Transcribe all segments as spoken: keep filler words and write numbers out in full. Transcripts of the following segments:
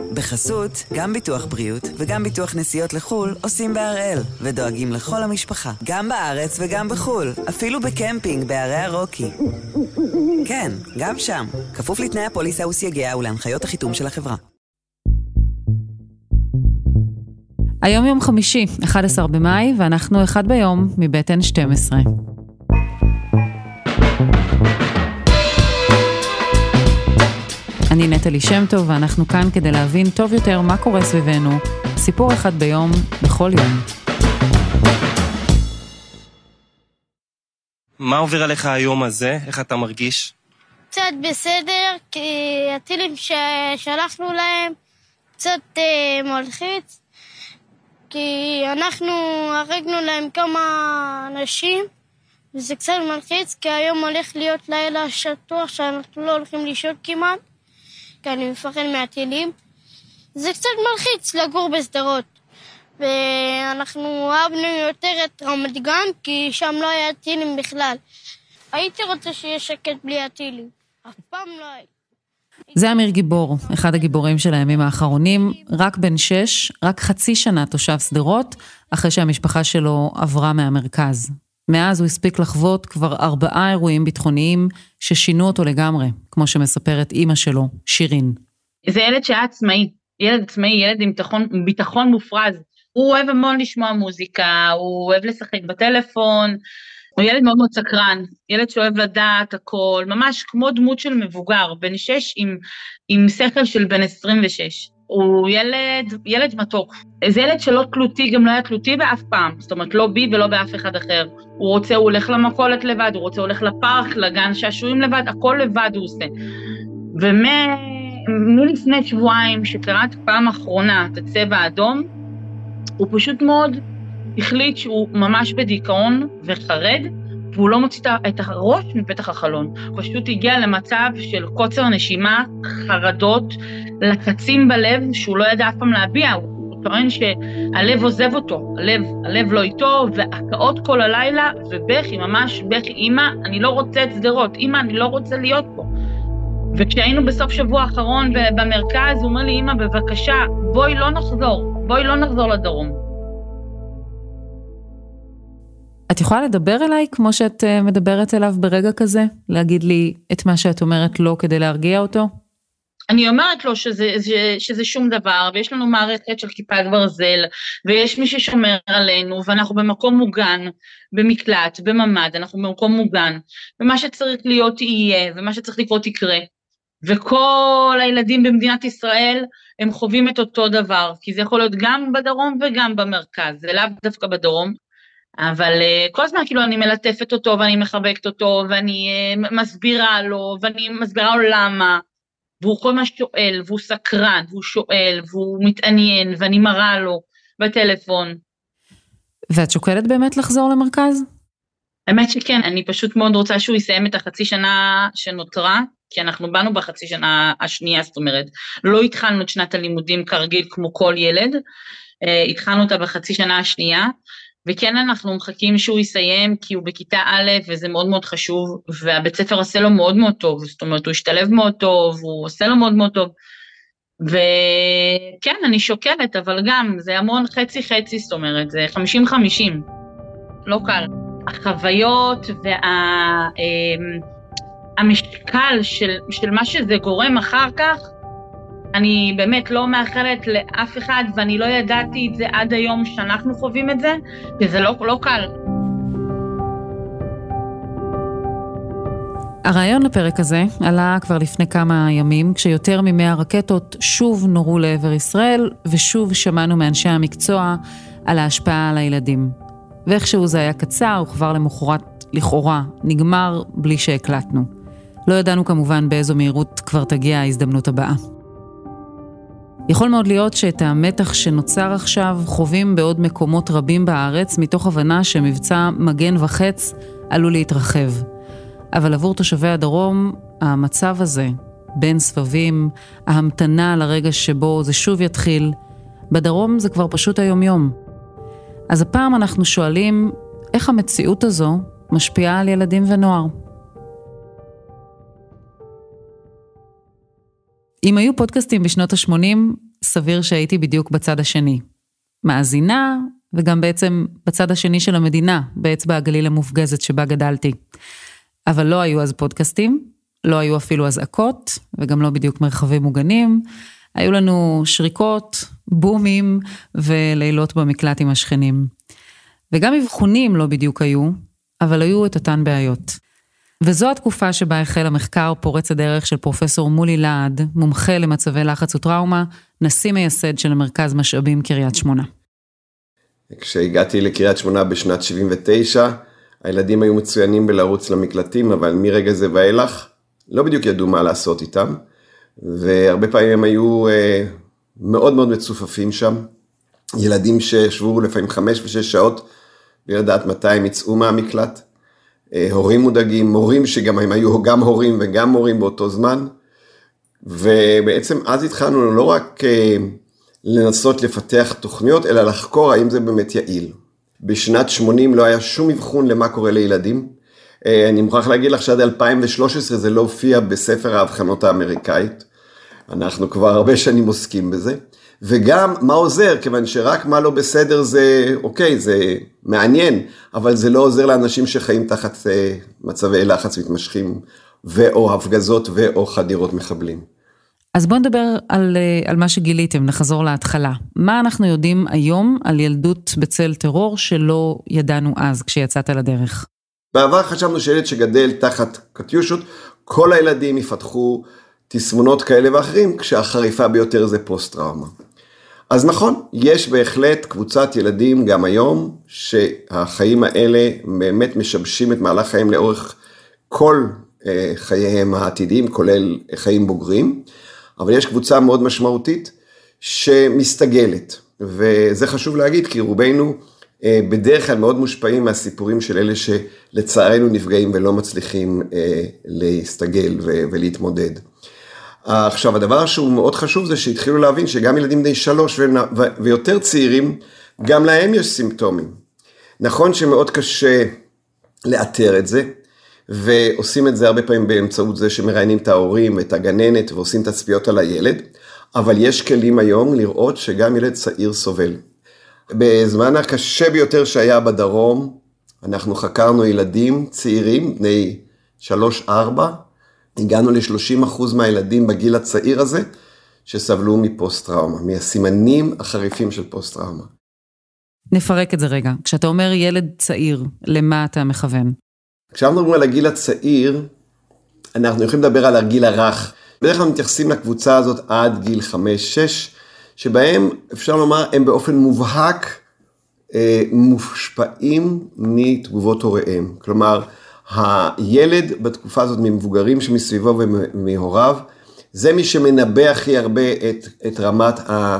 בחסות, גם ביטוח בריאות וגם ביטוח נסיעות לחול עושים בהראל, ודואגים לכל המשפחה, גם בארץ וגם בחול, אפילו בקמפינג בערי הרוקי. כן, גם שם, כפוף לתנאי הפוליסה וסייגיה ולהנחיות החיתום של החברה. היום יום חמישי, אחד עשר במאי, ואנחנו אחד ביום מבית אן שתים עשרה. אני נטלי שם טוב, ואנחנו כאן כדי להבין טוב יותר מה קורה סביבנו, סיפור אחד ביום, בכל יום. מה עובר עליך היום הזה? איך אתה מרגיש? קצת בסדר, כי הטילים ששלחנו להם קצת אה, מלחיץ, כי אנחנו הרגנו להם כמה אנשים, וזה קצת מלחיץ, כי היום הולך להיות לילה שטוח שאנחנו לא הולכים לישון כמעט, כי אני מפחד מהטילים. זה קצת מלחיץ לגור בסדרות, ואנחנו אהבנו יותר את רמת גן, כי שם לא היה טילים בכלל. הייתי רוצה שיהיה שקט בלי הטילים, אף פעם לא היה. זה אמיר גיבור, אחד הגיבורים של הימים האחרונים, רק בן שש, רק חצי שנה תושב סדרות, אחרי שהמשפחה שלו עברה מהמרכז. מאז הוא הספיק לחוות כבר ארבעה אירועים ביטחוניים ששינו אותו לגמרי, כמו שמספרת אימא שלו, שירין. זה ילד שהיה עצמאי, ילד עצמאי, ילד עם ביטחון, ביטחון מופרז. הוא אוהב המון לשמוע מוזיקה, הוא אוהב לשחק בטלפון, הוא ילד מאוד מאוד סקרן, ילד שאוהב לדעת הכל, ממש כמו דמות של מבוגר, בן שש עם, עם שכל של בן עשרים ושש. הוא ילד, ילד מתוק. זה ילד שלא תלותי, גם לא היה תלותי באף פעם, זאת אומרת, לא בי ולא באף אחד אחר. הוא רוצה, הוא הולך למכולת לבד, הוא רוצה, הוא הולך לפארק, לגן שעשועים לבד, הכל לבד הוא עושה. ומלפני שבועיים שקראת פעם אחרונה את הצבע האדום, הוא פשוט מאוד החליט שהוא ממש בדיכאון וחרד, והוא לא מוציא את הראש מפתח החלון. הוא פשוט הגיע למצב של קוצר נשימה, חרדות, לחצים בלב, שהוא לא ידע אף פעם להביע. הוא טוען שהלב עוזב אותו, הלב, הלב לא איתו, והקאות כל הלילה, ובכי, ממש בכי, אמא, אני לא רוצה את סדרות, אמא, אני לא רוצה להיות פה. וכשהיינו בסוף שבוע האחרון במרכז, הוא אומר לי, אמא, בבקשה, בואי לא נחזור, בואי לא נחזור לדרום. את יכולה לדבר אליי כמו שאת מדברת אליו ברגע כזה? להגיד לי את מה שאת אומרת לו כדי להרגיע אותו? אני אומרת לו שזה, שזה, שזה שום דבר, ויש לנו מערכת של כיפת ברזל, ויש מי ששומר עלינו, ואנחנו במקום מוגן, במקלט, בממד, אנחנו במקום מוגן, ומה שצריך להיות יהיה, ומה שצריך לקרות יקרה. וכל הילדים במדינת ישראל, הם חווים את אותו דבר, כי זה יכול להיות גם בדרום וגם במרכז, זה לאו דווקא בדרום, אבל uh, כל הזמן כאילו אני מלטפת אותו, ואני מחבקת אותו, ואני uh, מסבירה לו, ואני מסבירה לו למה, והוא כל מה שואל, והוא סקרן, והוא שואל, והוא מתעניין, ואני מראה לו בטלפון. ואת שוקלת באמת לחזור למרכז? האמת שכן, אני פשוט מאוד רוצה שהוא יסיים את החצי שנה שנותרה, כי אנחנו באנו בחצי שנה השנייה, זאת אומרת, לא התחלנו את שנת הלימודים כרגיל כמו כל ילד, uh, התחלנו אותה בחצי שנה השנייה, וכן אנחנו מחכים שהוא יסיים, כי הוא בכיתה א', וזה מאוד מאוד חשוב, והבית ספר עושה לו מאוד מאוד טוב, זאת אומרת, הוא השתלב מאוד טוב, הוא עושה לו מאוד מאוד טוב, וכן, אני שוקלת, אבל גם, זה המון חצי חצי, זאת אומרת, זה חמישים חמישים, לא קל. החוויות והמשקל של, של מה שזה גורם אחר כך, אני באמת לא מאחלת לאף אחד, ואני לא ידעתי את זה עד היום שאנחנו חווים את זה, וזה לא, לא קל. הרעיון לפרק הזה עלה כבר לפני כמה ימים, כשיותר ממאה רקטות שוב נורו לעבר ישראל, ושוב שמענו מאנשי המקצוע על ההשפעה על הילדים. ואיכשהו זה היה קצר, וכבר למחרת לכאורה נגמר בלי שהקלטנו. לא ידענו כמובן באיזו מהירות כבר תגיע ההזדמנות הבאה. יכול מאוד להיות שאת המתח שנוצר עכשיו חווים בעוד מקומות רבים בארץ, מתוך הבנה שמבצע מגן וחץ עלול להתרחב. אבל עבור תושבי הדרום, המצב הזה, בין סבבים, ההמתנה לרגע שבו זה שוב יתחיל, בדרום זה כבר פשוט היום-יום. אז הפעם אנחנו שואלים, איך המציאות הזו משפיעה על ילדים ונוער? אם היו פודקאסטים בשנות ה-שמונים, סביר שהייתי בדיוק בצד השני. מאזינה, וגם בעצם בצד השני של המדינה, באצבע הגליל המופגזת שבה גדלתי. אבל לא היו אז פודקאסטים, לא היו אפילו אזעקות, וגם לא בדיוק מרחבים מוגנים. היו לנו שריקות, בומים, ולילות במקלט עם השכנים. וגם אבחונים לא בדיוק היו, אבל היו את אותן בעיות. וזו התקופה שבה החל המחקר פורץ הדרך של פרופסור מולי לעד, מומחה למצבי לחץ וטראומה, נשיא מייסד של המרכז משאבים קריית שמונה. כשהגעתי לקריית שמונה בשנת שבעים ותשע, הילדים היו מצוינים בלרוץ למקלטים, אבל מרגע זה ואילך לא בדיוק ידעו מה לעשות איתם, והרבה פעמים הם היו אה, מאוד מאוד מצופפים שם, ילדים שישבו לפעמים חמש ושש שעות, בלי לדעת מתי הם יצאו מהמקלט, אה, הורים מודאגים, מורים שגם הם היו גם הורים וגם מורים באותו זמן, ובעצם אז התחלנו לא רק אה, לנסות לפתח תוכניות, אלא לחקור האם זה באמת יעיל. בשנת שמונים לא היה שום אבחון למה קורה לילדים, אני מוכרח להגיד לך שעד אלפיים ושלוש עשרה זה לא הופיע בספר ההבחנות האמריקאית, אנחנו כבר הרבה שנים עוסקים בזה, וגם מה עוזר, כיוון שרק מה לא בסדר זה, אוקיי, זה מעניין, אבל זה לא עוזר לאנשים שחיים תחת מצבי לחץ מתמשכים, ואו הפגזות ואו חדירות מחבלים. אז בואו נדבר על, על מה שגיליתם, נחזור להתחלה. מה אנחנו יודעים היום על ילדות בצל טרור שלא ידענו אז כשיצאת לדרך? בעבר חשבנו שילד שגדל תחת קטיושות, כל הילדים יפתחו תסמונות כאלה ואחרים, כשהחריפה ביותר זה פוסט-טראומה. אז נכון, יש בהחלט קבוצת ילדים גם היום, שהחיים האלה באמת משבשים את מהלך חיים לאורך כל חייהם העתידיים, כולל חיים בוגרים, אבל יש קבוצה מאוד משמעותית שמסתגלת, וזה חשוב להגיד, כי רובנו בדרך כלל מאוד מושפעים מהסיפורים של אלה שלצערנו נפגעים ולא מצליחים להסתגל ולהתמודד. עכשיו, הדבר שהוא מאוד חשוב זה שהתחילו להבין שגם ילדים די שלוש ויותר צעירים, גם להם יש סימפטומים. נכון שמאוד קשה לאתר את זה, ועושים את זה הרבה פעמים באמצעות זה שמראיינים את ההורים ואת הגננת ועושים תצפיות על הילד, אבל יש כלים היום לראות שגם ילד צעיר סובל. בזמן הקשה ביותר שהיה בדרום, אנחנו חקרנו ילדים צעירים, בני שלוש ארבע, הגענו ל-שלושים אחוז מהילדים בגיל הצעיר הזה, שסבלו מפוסט-טראומה, מהסימנים החריפים של פוסט-טראומה. נפרק את זה רגע. כשאתה אומר ילד צעיר, למה אתה מכוון? כשאנחנו מדברים על הגיל הצעיר, אנחנו יכולים לדבר על הגיל הרך. בדרך כלל מתייחסים לקבוצה הזאת עד גיל חמש שש, שבהם אפשר לומר הם באופן מובהק אה, מושפעים מתגובות הוריהם. כלומר, הילד בתקופה הזאת ממבוגרים שמסביבו ומהוריו, זה מי שמנבא הכי הרבה את, את רמת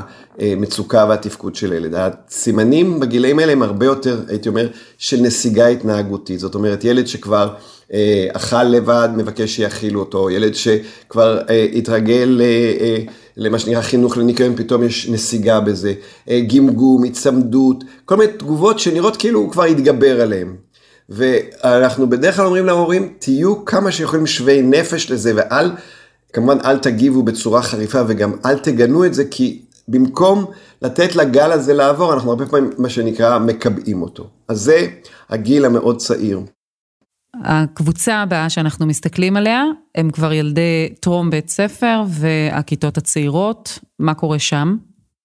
המצוקה והתפקוד של ילד. הסימנים בגילאים האלה הם הרבה יותר, הייתי אומר, של נסיגה התנהגותית. זאת אומרת, ילד שכבר אה, אכל לבד, מבקש שיאכילו אותו, ילד שכבר אה, התרגל אה, אה, למה שנראה חינוך לניקיון, פתאום יש נסיגה בזה, אה, גמגום, הצמדות, כל מיני תגובות שנראות כאילו הוא כבר התגבר עליהן. ואנחנו בדרך כלל אומרים להורים, תהיו כמה שיכולים שווי נפש לזה, ואל, כמובן אל תגיבו בצורה חריפה, וגם אל תגנו את זה, כי במקום לתת לגל הזה לעבור, אנחנו הרבה פעמים מה שנקרא מקבעים אותו. אז זה הגיל המאוד צעיר. הקבוצה הבאה שאנחנו מסתכלים עליה, הם כבר ילדי טרום בית ספר, והכיתות הצעירות, מה קורה שם?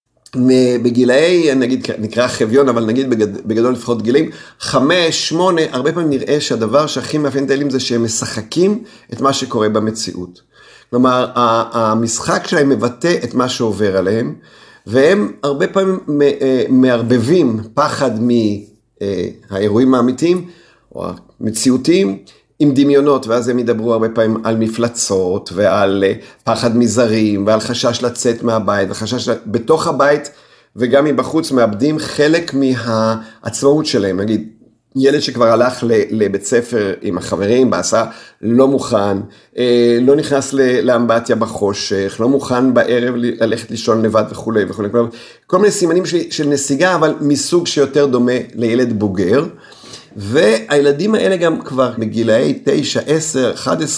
בגילאי, נגיד, נקרא חביון, אבל נגיד בגדול לפחות גילאים, חמש, שמונה, הרבה פעמים נראה שהדבר שהכי מאפיין את הילדים זה שהם משחקים את מה שקורה במציאות. כלומר, המשחק שלהם מבטא את מה שעובר עליהם, והם הרבה פעמים מערבבים פחד מהאירועים האמיתיים, או המציאותיים, עם דמיונות, ואז הם ידברו הרבה פעמים על מפלצות, ועל פחד מזרים, ועל חשש לצאת מהבית, וחשש בתוך הבית, וגם מבחוץ מאבדים חלק מהעצמאות שלהם. נגיד, ילד שכבר הלך לבית ספר עם החברים, בעשה, לא מוכן, לא נכנס לאמבטיה בחושך, לא מוכן בערב ללכת לישון לבד וכו' וכו'. כל מיני סימנים של נסיגה, אבל מסוג שיותר דומה לילד בוגר. והילדים האלה גם כבר בגילאי תשע, עשר, אחת עשרה,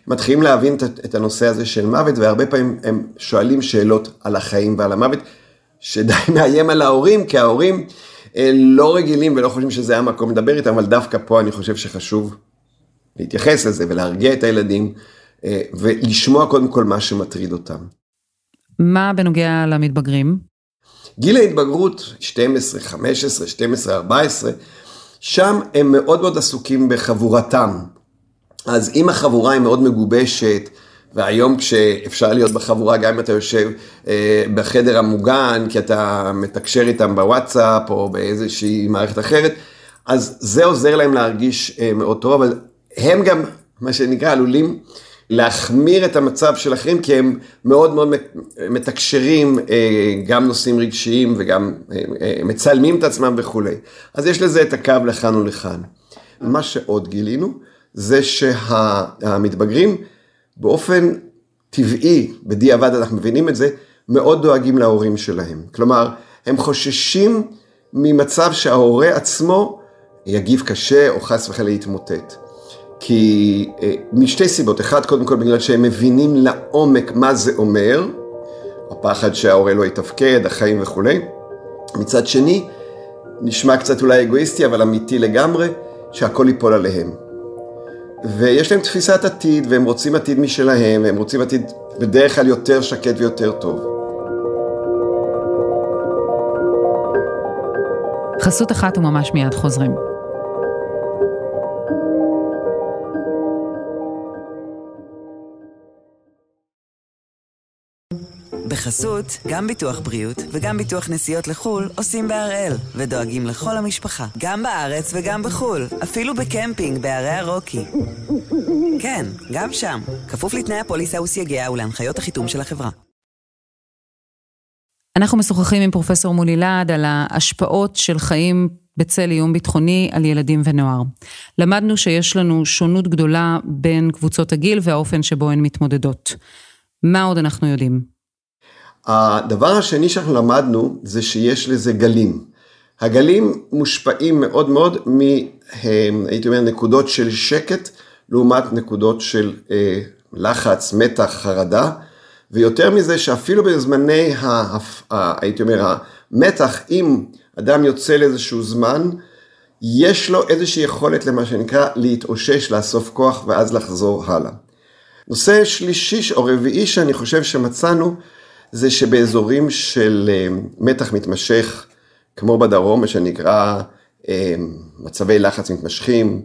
מתחילים להבין את הנושא הזה של מוות, והרבה פעמים הם שואלים שאלות על החיים ועל המוות, שדי מאיים על ההורים, כי ההורים לא רגילים ולא חושבים שזה המקום לדבר איתם, אבל דווקא פה אני חושב שחשוב להתייחס לזה ולהרגיע את הילדים, ולשמוע קודם כל מה שמטריד אותם. מה בנוגע למתבגרים? גיל ההתבגרות, שתים עשרה, חמש עשרה, שתים עשרה, ארבע עשרה, שם הם מאוד מאוד עסוקים בחבורתם. אז אם החבורה היא מאוד מגובשת, והיום כשאפשר להיות בחבורה, גם אם אתה יושב אה, בחדר המוגן, כי אתה מתקשר איתם בוואטסאפ, או באיזושהי מערכת אחרת, אז זה עוזר להם להרגיש אה, מאוד טוב, אבל הם גם, מה שנקרא, עלולים להחמיר את המצב של אחרים, כי הם מאוד מאוד מתקשרים, אה, גם נושאים רגשיים, וגם אה, אה, מצלמים את עצמם וכו'. אז יש לזה את הקו לכאן ולכאן. מה שעוד גילינו, זה שהמתבגרים, באופן טבעי, בדיעבד אנחנו מבינים את זה, מאוד דואגים להורים שלהם. כלומר, הם חוששים ממצב שההורה עצמו יגיב קשה או חס וחלילה להתמוטט. כי משתי סיבות, אחד קודם כל בגלל שהם מבינים לעומק מה זה אומר, הפחד שההורה לא יתפקד, החיים וכו'. מצד שני, נשמע קצת אולי אגואיסטי, אבל אמיתי לגמרי, שהכל ייפול עליהם. ויש להם תפיסת עתיד, והם רוצים עתיד משלהם, והם רוצים עתיד בדרך כלל יותר שקט ויותר טוב. חסות אחת וממש מיד חוזרים. בחסות, גם ביטוח בריאות וגם ביטוח נסיעות לחול עושים בהראל, ודואגים לכל המשפחה, גם בארץ וגם בחול, אפילו בקמפינג בערי הרוקי. כן, גם שם, כפוף לתנאי הפוליסה וסייגיה ולהנחיות החיתום של החברה. אנחנו משוחחים עם פרופסור מולי להד על ההשפעות של חיים בצל איום ביטחוני על ילדים ונוער. למדנו שיש לנו שונות גדולה בין קבוצות הגיל והאופן שבו הן מתמודדות. מה עוד אנחנו יודעים? הדבר השני שאנחנו למדנו זה שיש לזה גלים. הגלים מושפעים מאוד מאוד מ, הייתי אומר, נקודות של שקט, לעומת נקודות של אה, לחץ, מתח, חרדה, ויותר מזה שאפילו בזמני, ה, ה, הייתי אומר, המתח, אם אדם יוצא לאיזשהו זמן, יש לו איזושהי יכולת למה שנקרא להתאושש, לאסוף כוח ואז לחזור הלאה. נושא שלישי או רביעי שאני חושב שמצאנו, זה שבאזורים של מתח מתמשך, כמו בדרום, מה שנקרא מצבי לחץ מתמשכים,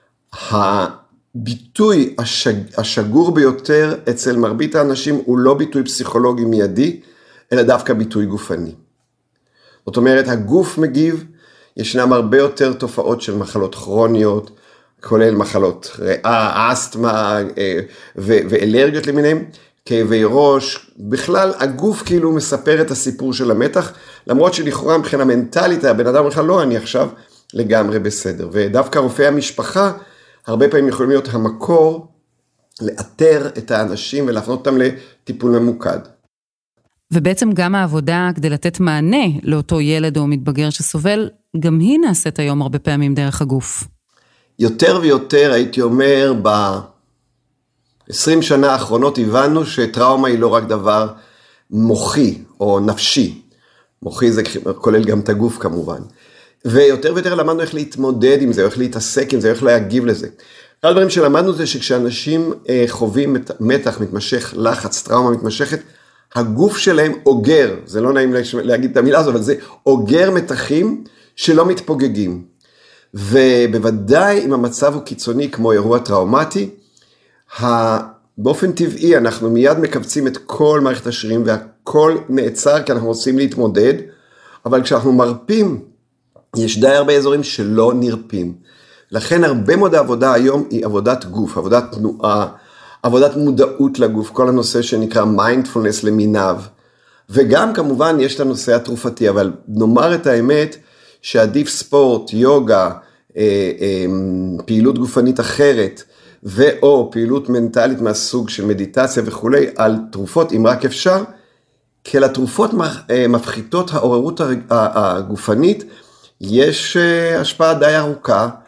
הביטוי השג, השגור ביותר אצל מרבית האנשים הוא לא ביטוי פסיכולוגי מיידי, אלא דווקא ביטוי גופני. זאת אומרת, הגוף מגיב, ישנם הרבה יותר תופעות של מחלות כרוניות, כולל מחלות ריאה, אסתמה ואלרגיות למיניהם, כאבי ראש, בכלל הגוף כאילו מספר את הסיפור של המתח, למרות שלכאורה מבחינה מנטלית, הבן אדם בכלל לא, אני עכשיו לגמרי בסדר. ודווקא רופאי המשפחה, הרבה פעמים יכולים להיות המקור, לאתר את האנשים ולהפנות אותם לטיפול ממוקד. ובעצם גם העבודה כדי לתת מענה לאותו ילד או מתבגר שסובל, גם היא נעשית היום הרבה פעמים דרך הגוף. יותר ויותר הייתי אומר ב... עשרים שנה האחרונות הבנו שטראומה היא לא רק דבר מוחי או נפשי. מוחי זה כולל גם את הגוף כמובן. ויותר ויותר למדנו איך להתמודד עם זה, איך להתעסק עם זה, איך להגיב לזה. אחד הדברים שלמדנו זה שכשאנשים חווים מתח מתמשך, לחץ, טראומה מתמשכת, הגוף שלהם אוגר, זה לא נעים להגיד את המילה הזו, אבל זה אוגר מתחים שלא מתפוגגים. ובוודאי אם המצב הוא קיצוני כמו אירוע טראומטי, באופן טבעי אנחנו מיד מקבצים את כל מערכת השרירים והכל נעצר כי אנחנו רוצים להתמודד, אבל כשאנחנו מרפים, יש די הרבה אזורים שלא נרפים. לכן הרבה מאוד העבודה היום היא עבודת גוף, עבודת תנועה, עבודת מודעות לגוף, כל הנושא שנקרא מיינדפולנס למיניו, וגם כמובן יש את הנושא התרופתי, אבל נאמר את האמת שעדיף ספורט, יוגה, פעילות גופנית אחרת, ואו פעילות מנטלית מהסוג של מדיטציה וכו' על תרופות, אם רק אפשר, כי לתרופות מפחיתות העוררות הגופנית, יש השפעה די ארוכה,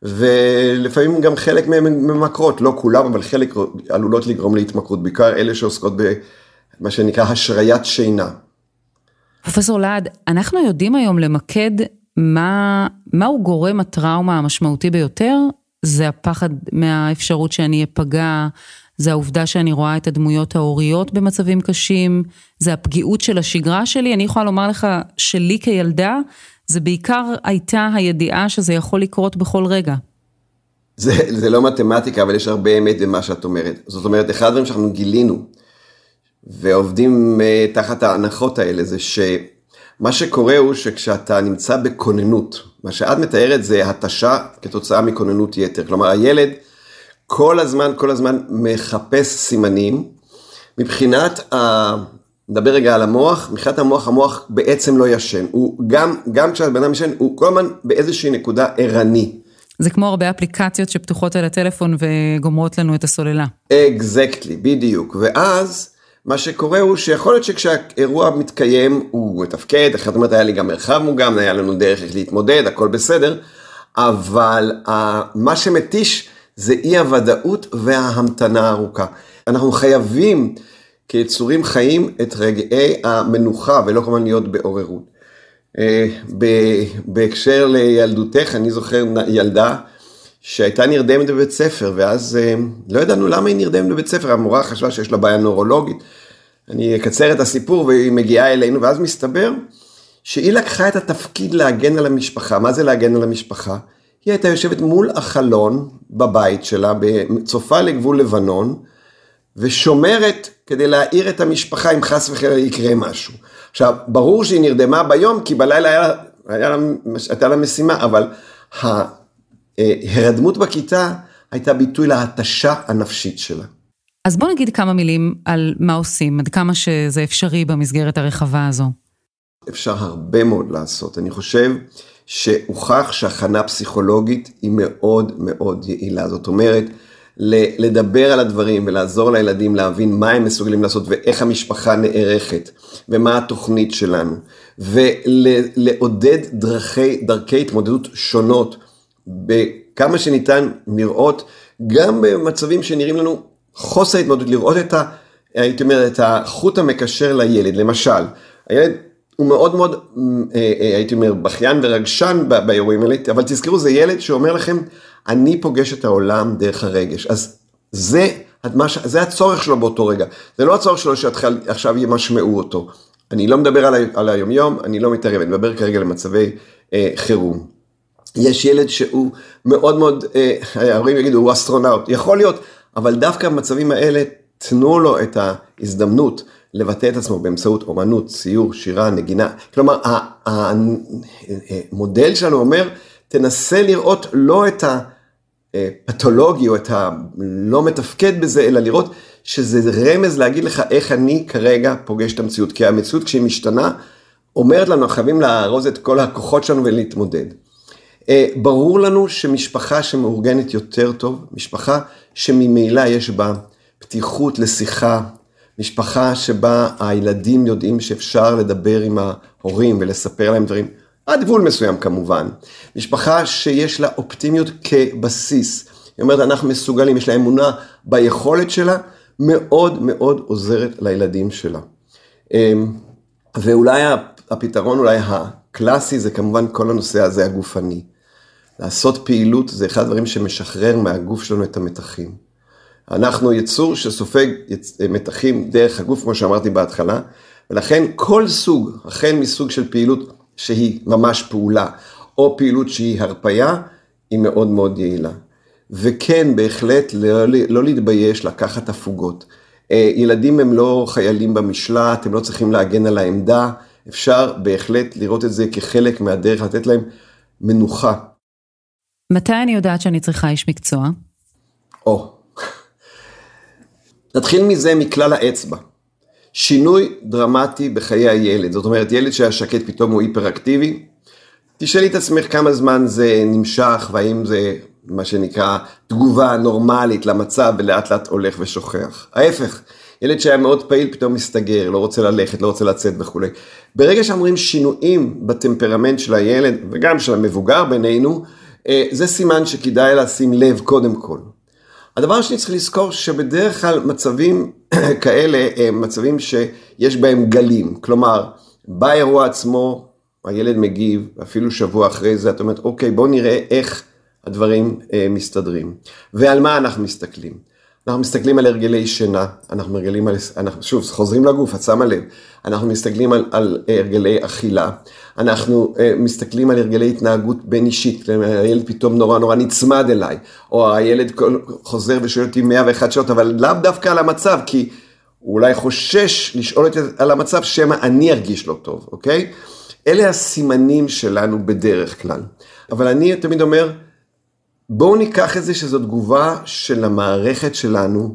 ולפעמים גם חלק מהן ממכרות, לא כולם, אבל חלק עלולות לגרום להתמכרות, בעיקר אלה שעוסקות במה שנקרא השריית שינה. פרופסור להד, אנחנו יודעים היום למקד מה, מהו גורם הטראומה המשמעותי ביותר? זה הפחד מהאפשרות שאני אפגע, זה העובדה שאני רואה את הדמויות ההוריות במצבים קשים, זה הפגיעות של השגרה שלי. אני יכולה לומר לך שלי כילדה, זה בעיקר הייתה הידיעה שזה יכול לקרות בכל רגע. זה, זה לא מתמטיקה, אבל יש הרבה אמת במה שאת אומרת. זאת אומרת, אחד הדברים שאנחנו גילינו, ועובדים uh, תחת ההנחות האלה, זה שמה שקורה הוא שכשאתה נמצא בכוננות, מה שאת מתארת זה התשה כתוצאה מכוננות יתר. כלומר, הילד כל הזמן, כל הזמן מחפש סימנים. מבחינת, ה... נדבר רגע על המוח, מבחינת המוח, המוח בעצם לא ישן. הוא גם, גם כשהבן אדם ישן, הוא כל הזמן באיזושהי נקודה ערני. זה כמו הרבה אפליקציות שפתוחות על הטלפון וגומרות לנו את הסוללה. Exactly, בדיוק. ואז מה שקורה הוא שיכול להיות שכשהאירוע מתקיים, הוא מתפקד, אחרת אומרת, היה לי גם מרחב מוגם, היה לנו דרך איך להתמודד, הכל בסדר, אבל מה שמתיש זה אי הוודאות וההמתנה הארוכה. אנחנו חייבים כיצורים חיים את רגעי המנוחה, ולא כמובן להיות בעוררות. בהקשר לילדותך, אני זוכר ילדה שהייתה נרדמת בבית ספר, ואז לא ידענו למה היא נרדמת בבית ספר, המורה חשבה שיש לה בעיה נורולוגית, אני אקצר את הסיפור והיא מגיעה אלינו, ואז מסתבר שהיא לקחה את התפקיד להגן על המשפחה. מה זה להגן על המשפחה? היא הייתה יושבת מול החלון בבית שלה, בצופה לגבול לבנון, ושומרת כדי להעיר את המשפחה אם חס וחלילה יקרה משהו. עכשיו, ברור שהיא נרדמה ביום, כי בלילה היה, היה, הייתה לה משימה, אבל ההרדמות בכיתה הייתה ביטוי להתשה הנפשית שלה. אז בוא נגיד כמה מילים על מה עושים, עד כמה שזה אפשרי במסגרת הרחבה הזו. אפשר הרבה מאוד לעשות. אני חושב שהוכח שהכנה פסיכולוגית היא מאוד מאוד יעילה. זאת אומרת, לדבר על הדברים ולעזור לילדים להבין מה הם מסוגלים לעשות ואיך המשפחה נערכת ומה התוכנית שלנו, ולעודד דרכי, דרכי התמודדות שונות בכמה שניתן לראות, גם במצבים שנראים לנו חוסר התמודדות, לראות את ה, הייתי אומר, את החוט המקשר לילד. למשל, הילד הוא מאוד מאוד, הייתי אומר, בכיין ורגשן באירועים האלה, אבל תזכרו, זה ילד שאומר לכם, אני פוגש את העולם דרך הרגש. אז זה, זה הצורך שלו באותו רגע. זה לא הצורך שלו שעכשיו ימשמעו אותו. אני לא מדבר על, על היום יום, אני לא מתערב, אני מדבר כרגע למצבי אה, חירום. יש ילד שהוא מאוד מאוד, אה, ההורים יגידו, הוא אסטרונאוט. יכול להיות, אבל דווקא במצבים האלה, תנו לו את ההזדמנות לבטא את עצמו באמצעות אומנות, ציור, שירה, נגינה. כלומר, המודל שלנו אומר, תנסה לראות לא את הפתולוגי או את הלא מתפקד בזה, אלא לראות שזה רמז להגיד לך איך אני כרגע פוגש את המציאות. כי המציאות כשהיא משתנה, אומרת לנו, חייבים להרוז את כל הכוחות שלנו ולהתמודד. ברור לנו שמשפחה שמאורגנת יותר טוב, משפחה שממילא יש בה פתיחות לשיחה, משפחה שבה הילדים יודעים שאפשר לדבר עם ההורים ולספר להם דברים, עד גבול מסוים כמובן. משפחה שיש לה אופטימיות כבסיס. היא אומרת, אנחנו מסוגלים, יש לה אמונה ביכולת שלה, מאוד מאוד עוזרת לילדים שלה. ואולי הפתרון, אולי הקלאסי, זה כמובן כל הנושא הזה הגופני. לעשות פעילות זה אחד הדברים שמשחרר מהגוף שלנו את המתחים. אנחנו יצור שסופג מתחים דרך הגוף, כמו שאמרתי בהתחלה, ולכן כל סוג, החל מסוג של פעילות שהיא ממש פעולה, או פעילות שהיא הרפיה, היא מאוד מאוד יעילה. וכן, בהחלט, לא, לא להתבייש לקחת הפוגות. ילדים הם לא חיילים במשלט, הם לא צריכים להגן על העמדה, אפשר בהחלט לראות את זה כחלק מהדרך, לתת להם מנוחה. מתי אני יודעת שאני צריכה איש מקצוע? או, נתחיל מזה מכלל האצבע. שינוי דרמטי בחיי הילד, זאת אומרת, ילד שהיה שקט פתאום הוא היפראקטיבי, תשאלי את עצמך כמה זמן זה נמשך, והאם זה מה שנקרא תגובה נורמלית למצב, ולאט לאט הולך ושוכח. ההפך, ילד שהיה מאוד פעיל פתאום מסתגר, לא רוצה ללכת, לא רוצה לצאת וכו'. ברגע שאמרים שינויים בטמפרמנט של הילד, וגם של המבוגר בינינו, זה סימן שכדאי לשים לב קודם כל. הדבר השני צריך לזכור שבדרך כלל מצבים כאלה הם מצבים שיש בהם גלים, כלומר, באירוע עצמו הילד מגיב, אפילו שבוע אחרי זה, את אומרת, אוקיי, בוא נראה איך הדברים אה, מסתדרים. ועל מה אנחנו מסתכלים? אנחנו מסתכלים על הרגלי שינה, אנחנו מרגלים על, אנחנו, שוב, חוזרים לגוף, את שמה לב, אנחנו מסתכלים על, על הרגלי אכילה, אנחנו אה, מסתכלים על הרגלי התנהגות בין אישית, הילד פתאום נורא נורא נצמד אליי, או הילד חוזר ושואל אותי מאה ואחת שעות, אבל לאו דווקא על המצב, כי הוא אולי חושש לשאול אותי על המצב, שמה אני ארגיש לא טוב, אוקיי? אלה הסימנים שלנו בדרך כלל. אבל אני תמיד אומר, בואו ניקח את זה שזו תגובה של המערכת שלנו,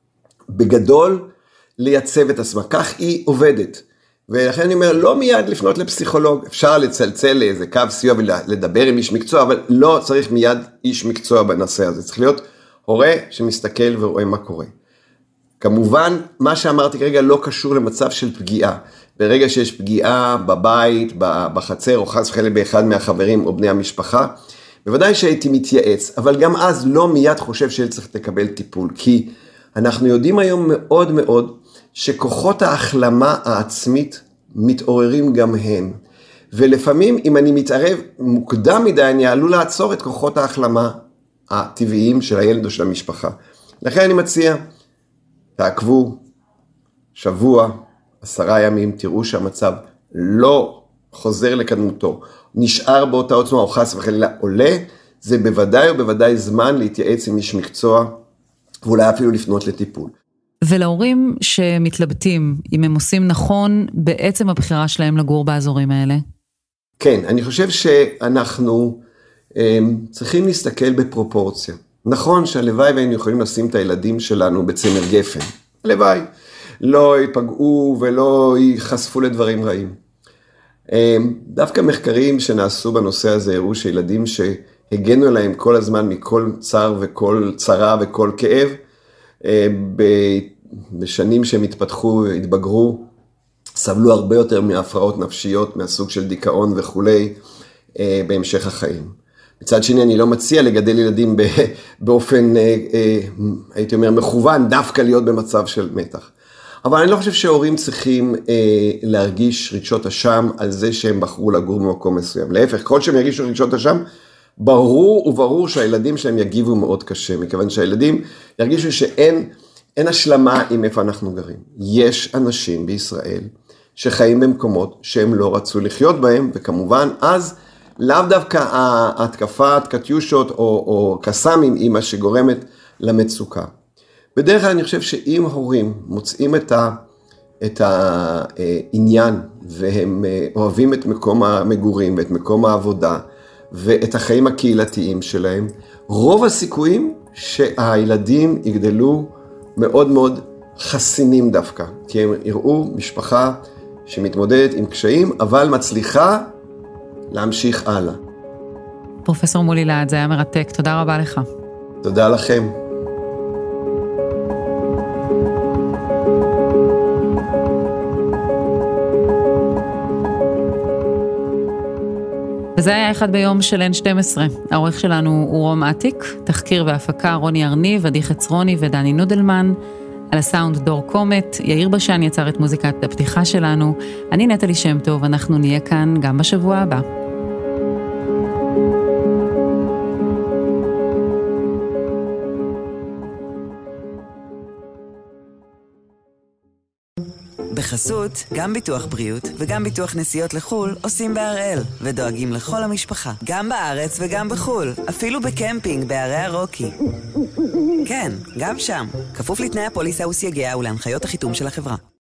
בגדול לייצב את עצמה, כך היא עובדת. ולכן אני אומר, לא מיד לפנות לפסיכולוג, אפשר לצלצל לאיזה קו סיוע ולדבר עם איש מקצוע, אבל לא צריך מיד איש מקצוע בנושא הזה, צריך להיות הורה שמסתכל ורואה מה קורה. כמובן, מה שאמרתי כרגע לא קשור למצב של פגיעה. ברגע שיש פגיעה בבית, בחצר, או חס וחלילה באחד מהחברים או בני המשפחה, בוודאי שהייתי מתייעץ, אבל גם אז לא מיד חושב שצריך לקבל טיפול, כי אנחנו יודעים היום מאוד מאוד שכוחות ההחלמה העצמית מתעוררים גם הם. ולפעמים אם אני מתערב מוקדם מדי, אני עלול לעצור את כוחות ההחלמה הטבעיים של הילד או של המשפחה. לכן אני מציע, תעקבו שבוע, עשרה ימים, תראו שהמצב לא חוזר לקדמותו, נשאר באותה עוצמה או חס וחלילה עולה, זה בוודאי או בוודאי זמן להתייעץ עם איש מקצוע, ואולי אפילו לפנות לטיפול. ולהורים שמתלבטים, אם הם עושים נכון, בעצם הבחירה שלהם לגור באזורים האלה? כן, אני חושב שאנחנו הם, צריכים להסתכל בפרופורציה. נכון שהלוואי והיינו יכולים לשים את הילדים שלנו בצמר גפן. הלוואי, לא ייפגעו ולא ייחשפו לדברים רעים. דווקא מחקרים שנעשו בנושא הזה הראו שילדים שהגנו עליהם כל הזמן מכל צר וכל צרה וכל כאב, בשנים שהם התפתחו, התבגרו, סבלו הרבה יותר מהפרעות נפשיות, מהסוג של דיכאון וכולי, בהמשך החיים. מצד שני, אני לא מציע לגדל ילדים באופן, הייתי אומר, מכוון, דווקא להיות במצב של מתח. אבל אני לא חושב שההורים צריכים להרגיש רגשות אשם על זה שהם בחרו לגור במקום מסוים. להפך, כל שהם ירגישו רגשות אשם, ברור וברור שהילדים שלהם יגיבו מאוד קשה, מכיוון שהילדים ירגישו שאין אין השלמה עם איפה אנחנו גרים. יש אנשים בישראל שחיים במקומות שהם לא רצו לחיות בהם, וכמובן אז לאו דווקא ההתקפת קטיושות או, או קסמים היא מה שגורמת למצוקה. בדרך כלל אני חושב שאם הורים מוצאים את, ה, את העניין והם אוהבים את מקום המגורים ואת מקום העבודה ואת החיים הקהילתיים שלהם, רוב הסיכויים שהילדים יגדלו מאוד מאוד חסינים דווקא, כי הם יראו משפחה שמתמודדת עם קשיים, אבל מצליחה להמשיך הלאה. פרופסור מולי להד, זה היה מרתק, תודה רבה לך. תודה לכם. וזה היה אחד ביום של אן שתים עשרה. העורך שלנו הוא רום עתיק, תחקיר והפקה רוני ארניב, עדי חצרוני ודני נודלמן, על הסאונד דור קומט, יאיר בשן יצר את מוזיקת הפתיחה שלנו, אני נטלי שם טוב, אנחנו נהיה כאן גם בשבוע הבא. בחסות, גם ביטוח בריאות וגם ביטוח נסיעות לחול עושים בהראל ודואגים לכל המשפחה, גם בארץ וגם בחול, אפילו בקמפינג בערי הרוקי. כן, גם שם, כפוף לתנאי הפוליסה וסייגיה ולהנחיות החיתום של החברה.